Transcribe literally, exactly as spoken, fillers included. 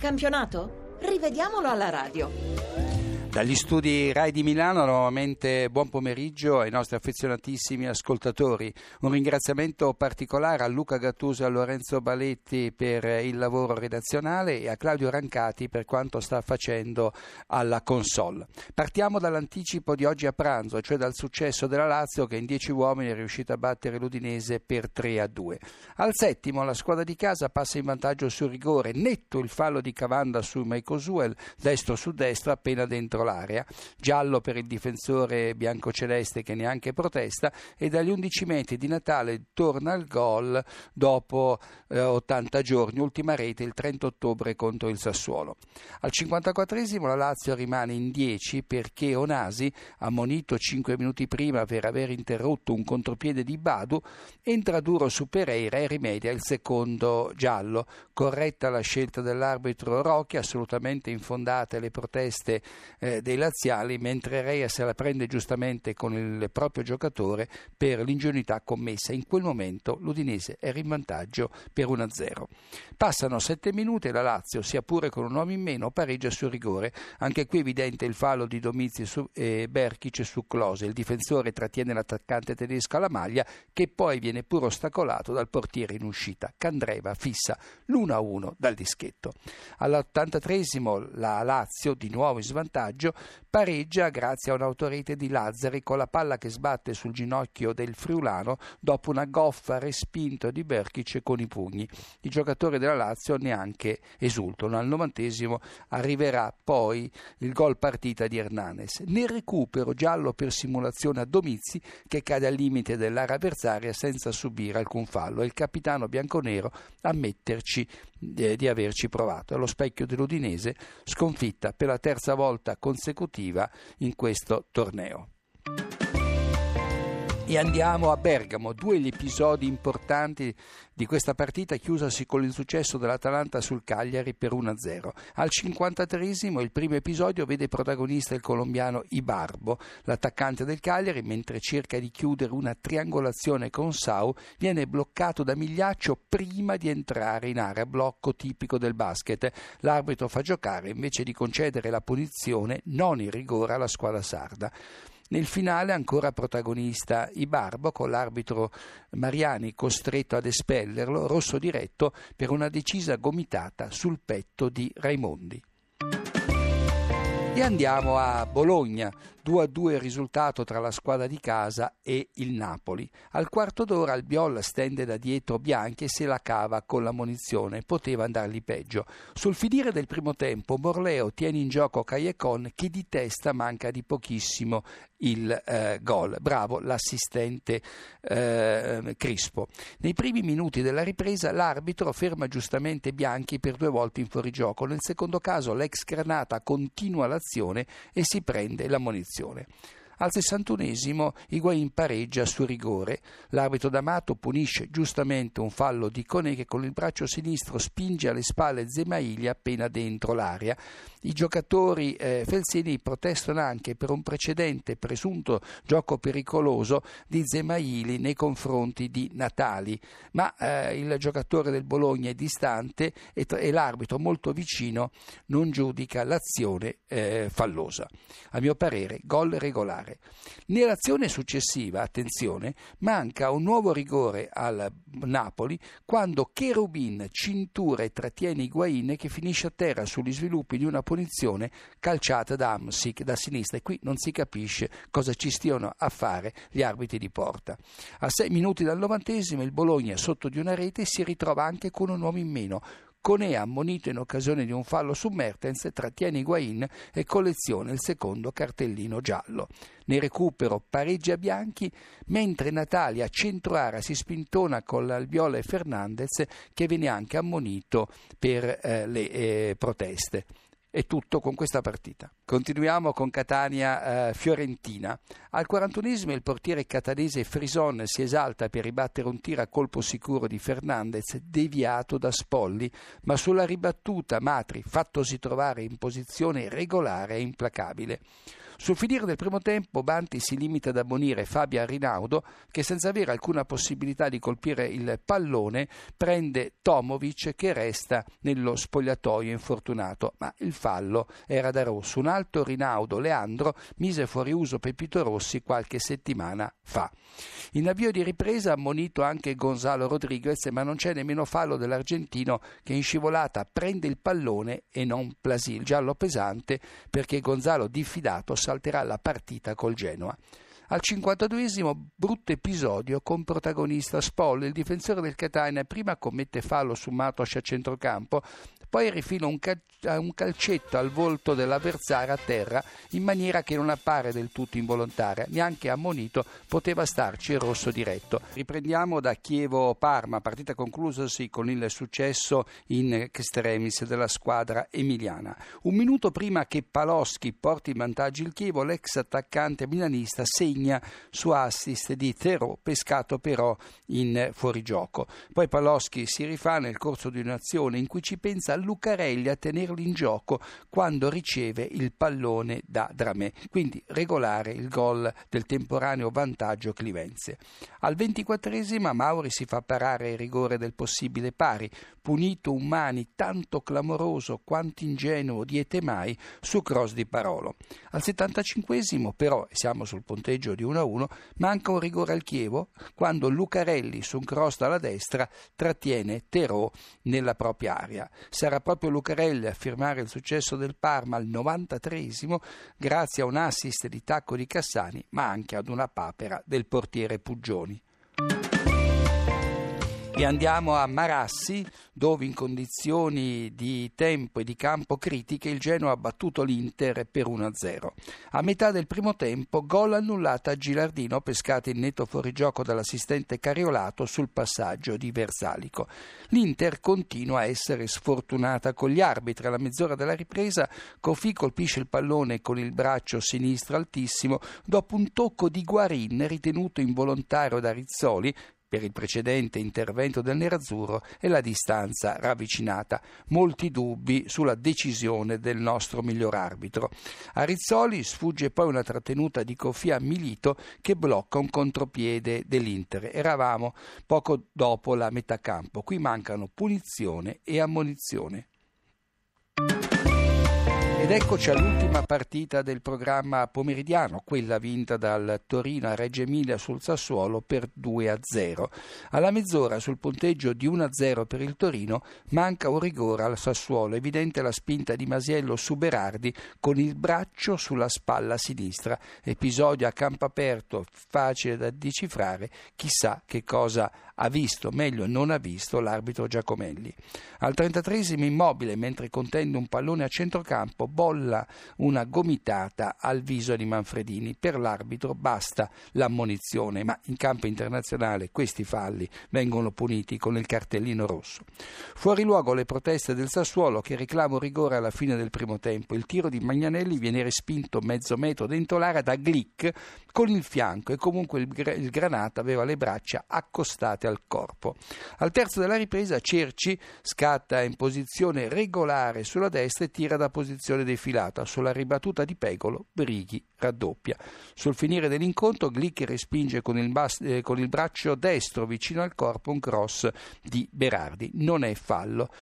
campionato? Rivediamolo alla radio. Dagli studi Rai di Milano nuovamente buon pomeriggio ai nostri affezionatissimi ascoltatori. Un ringraziamento particolare a Luca Gattuso e a Lorenzo Baletti per il lavoro redazionale e a Claudio Rancati per quanto sta facendo alla console. Partiamo dall'anticipo di oggi a pranzo, cioè dal successo della Lazio che in dieci uomini è riuscita a battere l'Udinese per tre a due. Al settimo la squadra di casa passa in vantaggio sul rigore, netto il fallo di Cavanda su Meikosuel, destro su destra appena dentro l'area, giallo per il difensore biancoceleste che neanche protesta, e dagli undici metri di Natale torna al gol dopo eh, ottanta giorni, ultima rete il trenta ottobre contro il Sassuolo. Al cinquantaquattresimo la Lazio rimane in dieci perché Onasi, ammonito cinque minuti prima per aver interrotto un contropiede di Badu, entra duro su Pereira e rimedia il secondo giallo. Corretta la scelta dell'arbitro Rocchi, assolutamente infondate le proteste eh, dei laziali, mentre Rea se la prende giustamente con il proprio giocatore per l'ingenuità commessa. In quel momento l'Udinese era in vantaggio per uno a zero. Passano sette minuti e la Lazio, sia pure con un uomo in meno, pareggia sul rigore. Anche qui evidente il fallo di Domizzi su, e Berkic su Klose. Il difensore trattiene l'attaccante tedesco alla maglia, che poi viene pure ostacolato dal portiere in uscita. Candreva fissa l'uno a uno dal dischetto. All'ottantatreesimo la Lazio, di nuovo in svantaggio, pareggia grazie a un'autorete di Lazzari con la palla che sbatte sul ginocchio del friulano dopo una goffa respinto di Berkic con i pugni. I giocatori della Lazio neanche esultano. Al novantesimo arriverà poi il gol partita di Hernanes. Nel recupero giallo per simulazione a Domizzi che cade al limite dell'area avversaria senza subire alcun fallo, e il capitano bianconero a metterci eh, di averci provato. Allo specchio dell'Udinese, sconfitta per la terza volta consecutiva in questo torneo. E andiamo a Bergamo, due gli episodi importanti di questa partita chiusasi con l'insuccesso dell'Atalanta sul Cagliari per uno a zero. Al cinquantatreesimo il primo episodio vede protagonista il colombiano Ibarbo. L'attaccante del Cagliari, mentre cerca di chiudere una triangolazione con Sau, viene bloccato da Migliaccio prima di entrare in area, blocco tipico del basket. L'arbitro fa giocare invece di concedere la punizione, non il rigore, alla squadra sarda. Nel finale ancora protagonista Ibarbo, con l'arbitro Mariani costretto ad espellerlo, rosso diretto per una decisa gomitata sul petto di Raimondi. E andiamo a Bologna, due a due il risultato tra la squadra di casa e il Napoli. Al quarto d'ora Albiol stende da dietro Bianchi e se la cava con la munizione, poteva andargli peggio. Sul finire del primo tempo Morleo tiene in gioco Callecon che di testa manca di pochissimo il eh, gol. Bravo l'assistente eh, Crispo. Nei primi minuti della ripresa l'arbitro ferma giustamente Bianchi per due volte in fuorigioco. Nel secondo caso l'ex Granata continua l'azione e si prende la munizione. Al sessantunesimo Higuaín pareggia su rigore. L'arbitro D'Amato punisce giustamente un fallo di Koné che con il braccio sinistro spinge alle spalle Zemaili appena dentro l'area. I giocatori eh, felsini protestano anche per un precedente presunto gioco pericoloso di Zemaili nei confronti di Natali, ma eh, il giocatore del Bologna è distante e, e l'arbitro molto vicino non giudica l'azione eh, fallosa. A mio parere gol regolare. Nell'azione successiva, attenzione, manca un nuovo rigore al Napoli quando Cherubin cintura e trattiene Higuaín che finisce a terra sugli sviluppi di una punizione calciata da Hamsik da sinistra, e qui non si capisce cosa ci stiano a fare gli arbitri di porta. A sei minuti dal novantesimo il Bologna sotto di una rete si ritrova anche con un uomo in meno. Koné, ammonito in occasione di un fallo su Mertens, trattiene Higuaín e colleziona il secondo cartellino giallo. Nel recupero pareggia Bianchi, mentre Natali a centro area si spintona con l'Albiola e Fernandez, che viene anche ammonito per eh, le eh, proteste. È tutto con questa partita. Continuiamo con Catania-Fiorentina. Eh, Al quarantunesimo il portiere catanese Frison si esalta per ribattere un tiro a colpo sicuro di Fernandez deviato da Spolli, ma sulla ribattuta Matri, fattosi trovare in posizione regolare e implacabile. Sul finire del primo tempo Banti si limita ad ammonire Fabian Rinaudo che, senza avere alcuna possibilità di colpire il pallone, prende Tomovic che resta nello spogliatoio infortunato, ma il fallo era da rosso. Un altro Rinaudo, Leandro, mise fuori uso Pepito Rossi qualche settimana fa. In avvio di ripresa ha ammonito anche Gonzalo Rodriguez, ma non c'è nemmeno fallo dell'argentino che in scivolata prende il pallone e non Plasil, giallo pesante perché Gonzalo diffidato salterà la partita col Genoa. Al cinquantaduesimo brutto episodio con protagonista Spoll, il difensore del Catania prima commette fallo su Matos a centrocampo, poi rifila un, cal- un calcetto al volto dell'avversario a terra in maniera che non appare del tutto involontaria, neanche ammonito poteva starci il rosso diretto. Riprendiamo da Chievo-Parma, partita conclusasi con il successo in extremis della squadra emiliana. Un minuto prima che Paloschi porti in vantaggio il Chievo, l'ex attaccante milanista segna su assist di Terò, pescato però in fuorigioco. Poi Paloschi si rifà nel corso di un'azione in cui ci pensa Lucarelli a tenerlo in gioco quando riceve il pallone da Dramé, quindi regolare il gol del temporaneo vantaggio clivense. Al ventiquattresimo Mauri si fa parare il rigore del possibile pari, punito un Mani tanto clamoroso quanto ingenuo di Etemai su cross di Parolo. Al settantacinquesimo però, siamo sul punteggio di uno a uno, manca un rigore al Chievo quando Lucarelli su un cross dalla destra trattiene Terò nella propria area. Sarà proprio Lucarelli a firmare il successo del Parma al novantatreesimo grazie a un assist di tacco di Cassani, ma anche ad una papera del portiere Puggioni. E andiamo a Marassi, dove in condizioni di tempo e di campo critiche il Genoa ha battuto l'Inter per uno a zero. A metà del primo tempo, gol annullato a Gilardino, pescato in netto fuorigioco dall'assistente Cariolato sul passaggio di Versalico. L'Inter continua a essere sfortunata con gli arbitri. Alla mezz'ora della ripresa, Cofì colpisce il pallone con il braccio sinistro altissimo dopo un tocco di Guarin ritenuto involontario da Rizzoli per il precedente intervento del nerazzurro e la distanza ravvicinata. Molti dubbi sulla decisione del nostro miglior arbitro. A Rizzoli sfugge poi una trattenuta di Cofì a Milito che blocca un contropiede dell'Inter. Eravamo poco dopo la metà campo. Qui mancano punizione e ammonizione. Ed eccoci all'ultima partita del programma pomeridiano, quella vinta dal Torino a Reggio Emilia sul Sassuolo per due a zero. Alla mezz'ora, sul punteggio di uno a zero per il Torino, manca un rigore al Sassuolo, evidente la spinta di Masiello su Berardi con il braccio sulla spalla sinistra. Episodio a campo aperto, facile da decifrare, chissà che cosa ha visto, meglio non ha visto, l'arbitro Giacomelli. Al trentatreesimo Immobile, mentre contende un pallone a centrocampo, bolla una gomitata al viso di Manfredini. Per l'arbitro basta l'ammonizione, ma in campo internazionale questi falli vengono puniti con il cartellino rosso. Fuori luogo le proteste del Sassuolo che reclama un rigore alla fine del primo tempo. Il tiro di Magnanelli viene respinto mezzo metro dentro l'area da Glick con il fianco e comunque il, il Granata aveva le braccia accostate al corpo. Al terzo della ripresa Cerci scatta in posizione regolare sulla destra e tira da posizione defilata. Sulla ribattuta di Pegolo Brighi raddoppia. Sul finire dell'incontro Glick respinge con il, bas- eh, con il braccio destro vicino al corpo un cross di Berardi. Non è fallo.